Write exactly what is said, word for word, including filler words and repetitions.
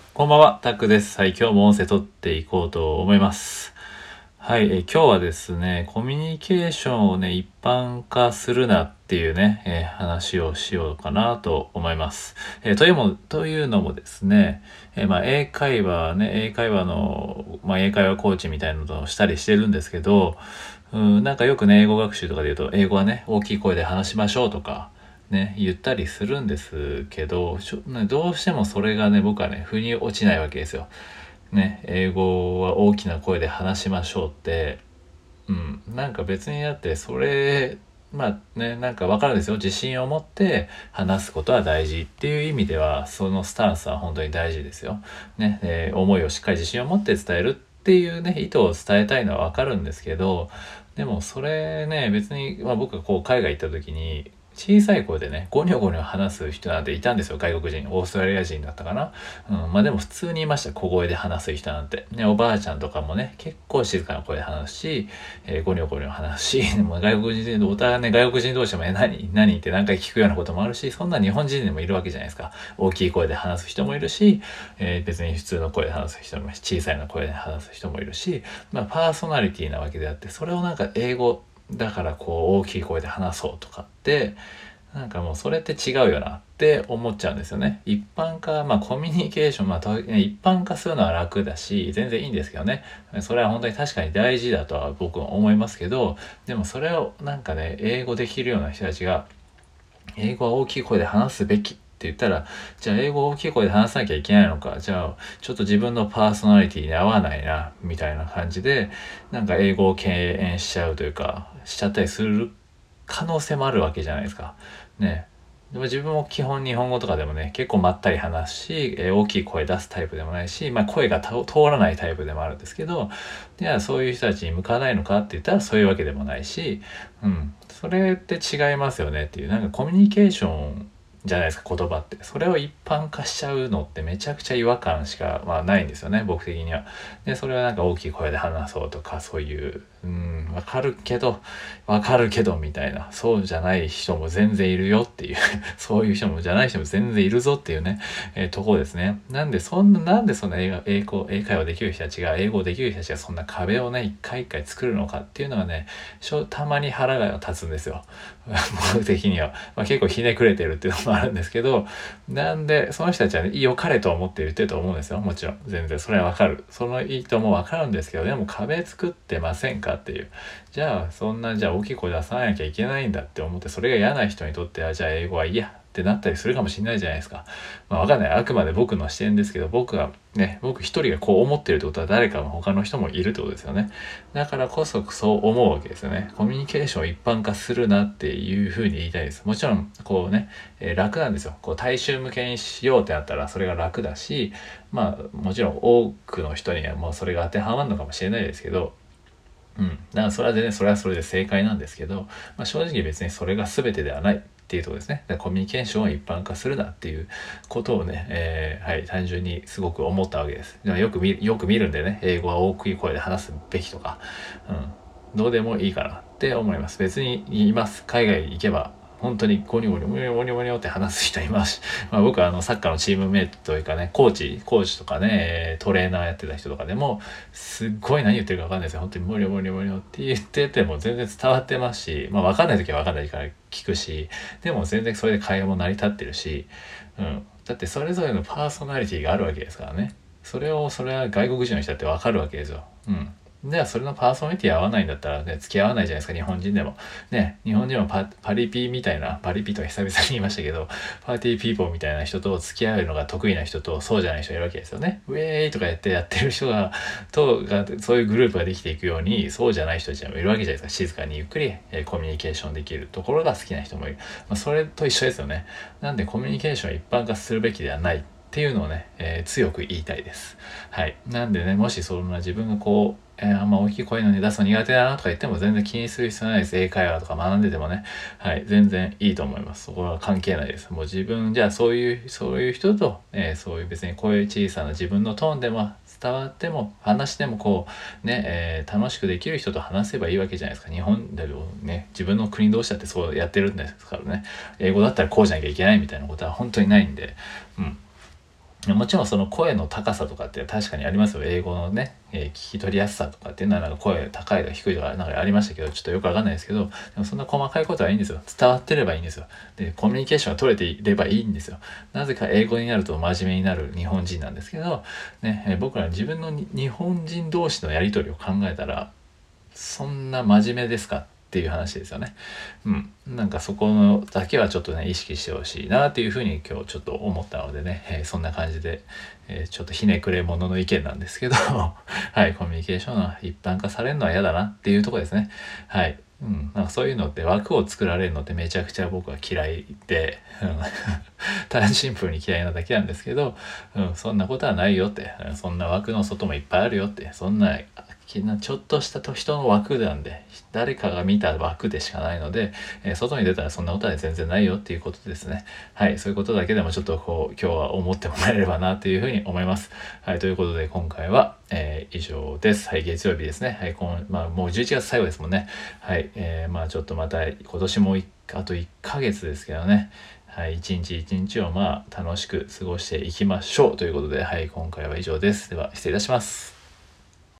こんばんは、タクです。はい、今日も音声取っていこうと思います。はい、えー今日はですね、コミュニケーションをね、一般化するなっていうね、えー話をしようかなと思います。えーというも、というのもですね、えーまあ、英会話ね、英会話の、まあ、英会話コーチみたいなのをしたりしてるんですけど、うん、なんかよくね、英語学習とかで言うと、英語はね、大きい声で話しましょうとか、ね、言ったりするんですけど、しょねどうしてもそれがね、僕はね、腑に落ちないわけですよ。ね、英語は大きな声で話しましょうって、うん、なんか別にだってそれ、まあね、なんかわかるんですよ。自信を持って話すことは大事っていう意味では、そのスタンスは本当に大事ですよ。ね、えー思いをしっかり自信を持って伝えるっていうね、意図を伝えたいのはわかるんですけど、でもそれね、別に、まあ僕がこう海外行った時に、小さい声でね、ゴニョゴニョ話す人なんていたんですよ。外国人。オーストラリア人だったかな。うん。まあでも普通にいました。小声で話す人なんて。ね、おばあちゃんとかもね、結構静かな声で話すし、えーゴニョゴニョ話すし、でも外国人、お互いね、外国人同士もえ、何何って何回聞くようなこともあるし、そんな日本人でもいるわけじゃないですか。大きい声で話す人もいるし、えー別に普通の声で話す人も、小さいな声で話す人もいるし、まあパーソナリティなわけであって、それをなんか英語だからこう大きい声で話そうとかって、なんかもうそれって違うよなって思っちゃうんですよね。一般化、まあコミュニケーション、まあとね一般化するのは楽だし、全然いいんですけどね。それは本当に確かに大事だとは僕は思いますけど、でもそれをなんかね、英語できるような人たちが、英語は大きい声で話すべきって言ったら、じゃあ英語を大きい声で話さなきゃいけないのか、じゃあちょっと自分のパーソナリティに合わないな、みたいな感じで、なんか英語を敬遠しちゃうというか、しちゃったりする可能性もあるわけじゃないですか。ね。でも自分も基本日本語とかでもね、結構まったり話すし、えー大きい声出すタイプでもないし、まあ声がた通らないタイプでもあるんですけど、じゃあそういう人たちに向かないのかって言ったらそういうわけでもないし、うん。それって違いますよねっていう、なんかコミュニケーションじゃないですか、言葉って。それを一般化しちゃうのってめちゃくちゃ違和感しか、まあ、ないんですよね、僕的には。で、それはなんか大きい声で話そうとか、そういう、うん、わかるけど、わかるけど、みたいな、そうじゃない人も全然いるよっていうそういう人もじゃない人も全然いるぞっていうね、えーところですね。なんで、そんな、なんでそんな英語、英語、英会話できる人たちが、英語できる人たちがそんな壁をね、一回一回作るのかっていうのはね、しょたまに腹が立つんですよ。僕的には。まあ、結構ひねくれてるっていうのもあるんですけど、なんで、その人たちはね、良かれと思って言ってると思うんですよ。もちろん。全然。それはわかる。その意図もわかるんですけど、でも壁作ってませんかっていう。じゃあ、そんな、じゃあ大きい声出さなきゃいけないんだって思って、それが嫌な人にとっては、じゃあ英語はいいやってなったりするかもしれないじゃないですか。まあわかんない。あくまで僕の視点ですけど、僕がね、僕一人がこう思ってるってことは誰かの他の人もいるってことですよね。だからこそそう思うわけですよね。コミュニケーションを一般化するなっていうふうに言いたいです。もちろん、こうね、えー楽なんですよ。こう大衆向けにしようってなったらそれが楽だし、まあもちろん多くの人にはもうそれが当てはまるのかもしれないですけど、うん。だからそれは全然それはそれで正解なんですけど、まあ、正直別にそれが全てではないっていうところですね。だからコミュニケーションを一般化するなっていうことをね、えーはい、単純にすごく思ったわけです。でもよく見、よく見るんでね、英語は大きい声で話すべきとか、うん。どうでもいいかなって思います。別に言います。海外行けば、本当にゴニョゴニョゴニョゴニョゴニョって話す人いますし、まあ僕はあのサッカーのチームメイトというかね、コーチ、コーチとかね、えートレーナーやってた人とかでも、すっごい何言ってるか分かんないですよ。本当にモリモリモリって言ってても全然伝わってますし、まあ分かんない時は分かんないから聞くし、でも全然それで会話も成り立ってるし、うん。だってそれぞれのパーソナリティがあるわけですからね。それを、それは外国人の人だって分かるわけですよ。うん。では、それのパーソナリティ合わないんだったらね、付き合わないじゃないですか、日本人でも。ね、日本人もパ、パリピみたいな、パリピとか久々に言いましたけど、パーティーピーポーみたいな人と付き合うのが得意な人と、そうじゃない人がいるわけですよね。ウェーイとかやってやってる人が、と、が、そういうグループができていくように、そうじゃない人たちもいるわけじゃないですか。静かにゆっくり、えーコミュニケーションできるところが好きな人もいる。まあ、それと一緒ですよね。なんでコミュニケーションを一般化するべきではない。っていうのをね、えー強く言いたいです。はい。なんでね、もしそんな自分がこう、えーあんま大きい声のね、出すの苦手だなとか言っても全然気にする必要ないです。英会話とか学んでてもね。はい。全然いいと思います。そこは関係ないです。もう自分、じゃあそういう、そういう人と、えーそういう別に声小さな自分のトーンでも伝わっても、話してもこう、ね、えー楽しくできる人と話せばいいわけじゃないですか。日本でもね、自分の国同士だってそうやってるんですからね。英語だったらこうじゃなきゃいけないみたいなことは本当にないんで、うん。 もちろんその声の高さとかって確かにありますよ。英語のね、えー聞き取りやすさとかっていうのはなんか声高いとか低いとかなんかありましたけど、ちょっとよくわかんないですけど、でもそんな細かいことはいいんですよ。伝わってればいいんですよ。で、コミュニケーションが取れていればいいんですよ。なぜか英語になると真面目になる日本人なんですけど、ね、えー僕ら自分のに日本人同士のやり取りを考えたら、そんな真面目ですかっていう話ですよね。うん。なんかそこのだけはちょっとね、意識してほしいなっていうふうに今日ちょっと思ったのでね、えーそんな感じで、えーちょっとひねくれ者の意見なんですけど、はい、コミュニケーションは一般化されるのは嫌だなっていうところですね。はい。うん、なんかそういうのって枠を作られるのってめちゃくちゃ僕は嫌いで、うん、ただシンプルに嫌いなだけなんですけど、うん、そんなことはないよって、うんそんな枠の外もいっぱいあるよって、そんなちょっとした人の枠なんで、誰かが見た枠でしかないので、えー外に出たらそんなことは全然ないよっていうことですね。はい、そういうことだけでもちょっとこう今日は思ってもらえればなというふうに思います。はい、ということで今回は、えー以上です。はい、月曜日ですね。はい、今まあもうじゅういちがつ最後ですもんね。はい、えーまあちょっとまた今年もいあといっかげつですけどね。はい、一日一日をまあ楽しく過ごしていきましょうということで、はい、今回は以上です。では失礼いたします。